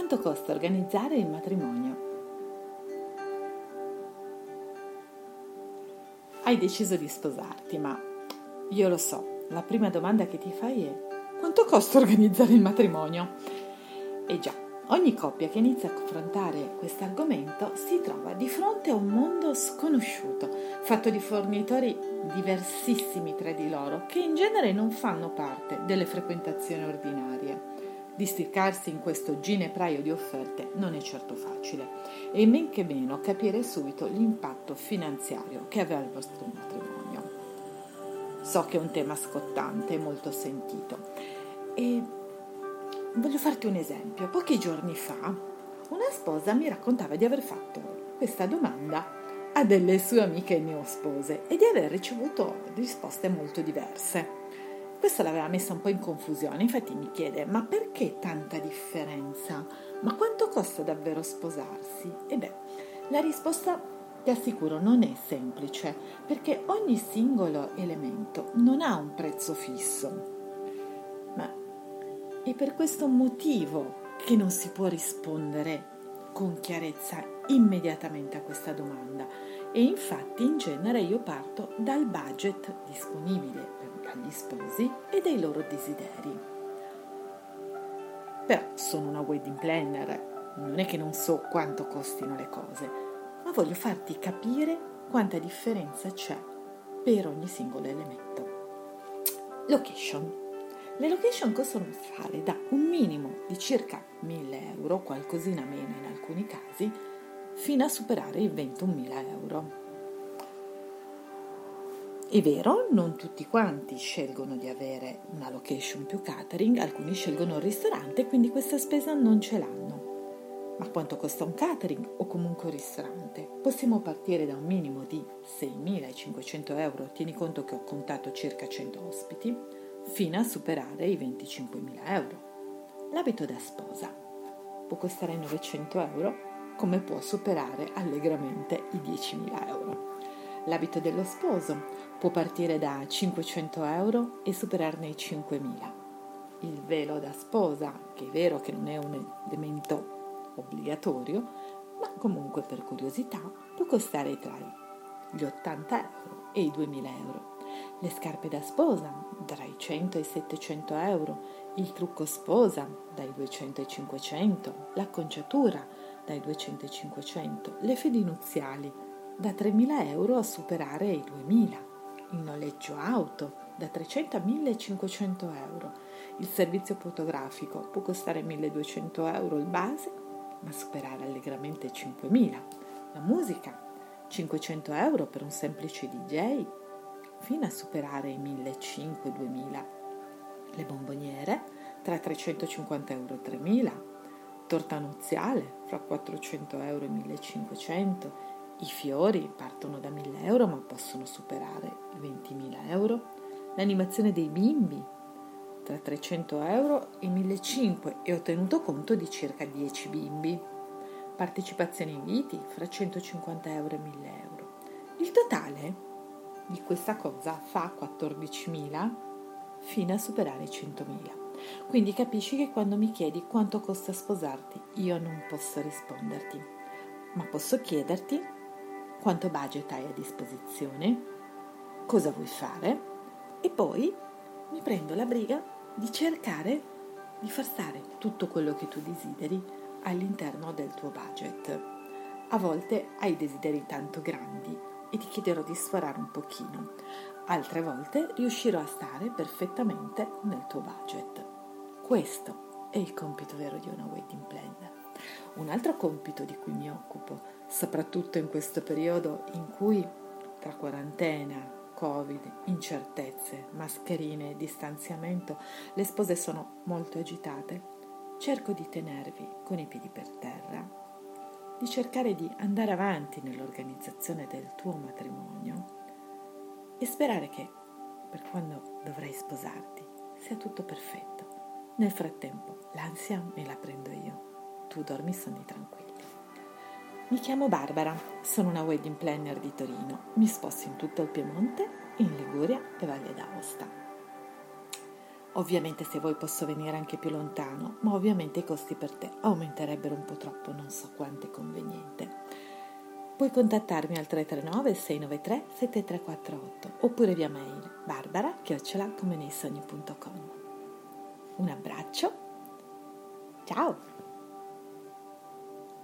Quanto costa organizzare il matrimonio? Hai deciso di sposarti, ma io lo so, la prima domanda che ti fai è: quanto costa organizzare il matrimonio? E già, ogni coppia che inizia a affrontare questo argomento si trova di fronte a un mondo sconosciuto, fatto di fornitori diversissimi tra di loro, che in genere non fanno parte delle frequentazioni ordinarie. Districarsi in questo ginepraio di offerte non è certo facile, e men che meno capire subito l'impatto finanziario che avrà il vostro matrimonio. So che è un tema scottante e molto sentito, e voglio farti un esempio. Pochi giorni fa una sposa mi raccontava di aver fatto questa domanda a delle sue amiche neospose e di aver ricevuto risposte molto diverse. Questo l'aveva messa un po' in confusione, infatti mi chiede: ma perché tanta differenza? Ma quanto costa davvero sposarsi? E beh, la risposta, ti assicuro, non è semplice, perché ogni singolo elemento non ha un prezzo fisso. Ma è per questo motivo che non si può rispondere con chiarezza immediatamente a questa domanda, e infatti in genere io parto dal budget disponibile dagli sposi e dai loro desideri. Però sono una wedding planner, non è che non so quanto costino le cose, ma voglio farti capire quanta differenza c'è per ogni singolo elemento. Location. Le location possono fare da un minimo di circa 1.000 euro, qualcosina meno in alcuni casi, fino a superare i 21.000 euro. È vero, non tutti quanti scelgono di avere una location più catering, alcuni scelgono un ristorante, quindi questa spesa non ce l'hanno. Ma quanto costa un catering o comunque un ristorante? Possiamo partire da un minimo di 6.500 euro, tieni conto che ho contato circa 100 ospiti, fino a superare i 25.000 euro. L'abito da sposa può costare 900 euro, come può superare allegramente i 10.000 euro. L'abito dello sposo può partire da 500 euro e superarne i 5.000. Il velo da sposa, che è vero che non è un elemento obbligatorio, ma comunque per curiosità, può costare tra gli 80 euro e i 2.000 euro. Le scarpe da sposa tra i 100 e i 700 euro, il trucco sposa dai 200 ai 500, l'acconciatura dai 200 ai 500, le fedi nuziali da 3.000 euro a superare i 2.000, il noleggio auto da 300 a 1.500 euro, il servizio fotografico può costare 1.200 euro il base, ma superare allegramente 5.000, la musica 500 euro per un semplice DJ, fino a superare i 1.500-2.000, le bomboniere tra 350 euro e 3.000, torta nuziale fra 400 euro e 1.500, i fiori partono da 1.000 euro ma possono superare i 20.000 euro, l'animazione dei bimbi tra 300 euro e 1.500 e ho tenuto conto di circa 10 bimbi, partecipazione ai inviti fra 150 euro e 1.000 euro. Il totale di questa cosa fa 14.000 fino a superare i 100.000. Quindi capisci che quando mi chiedi quanto costa sposarti, io non posso risponderti, ma posso chiederti quanto budget hai a disposizione, cosa vuoi fare, e poi mi prendo la briga di cercare di far stare tutto quello che tu desideri all'interno del tuo budget. A volte hai desideri tanto grandi e ti chiederò di sforare un pochino, altre volte riuscirò a stare perfettamente nel tuo budget. Questo è il compito vero di una wedding planner. Un altro compito di cui mi occupo, soprattutto in questo periodo in cui tra quarantena, Covid, incertezze, mascherine e distanziamento le spose sono molto agitate, cerco di tenervi con i piedi per terra, di cercare di andare avanti nell'organizzazione del tuo matrimonio e sperare che per quando dovrai sposarti sia tutto perfetto. Nel frattempo l'ansia me la prendo io, tu dormi sonni tranquilli. Mi chiamo Barbara, sono una wedding planner di Torino, mi sposto in tutto il Piemonte, in Liguria e Valle d'Aosta. Ovviamente se vuoi posso venire anche più lontano, ma ovviamente i costi per te aumenterebbero un po' troppo, non so quanto è conveniente. Puoi contattarmi al 339 693 7348 oppure via mail barbara@comeneisogni.com. Un abbraccio, ciao!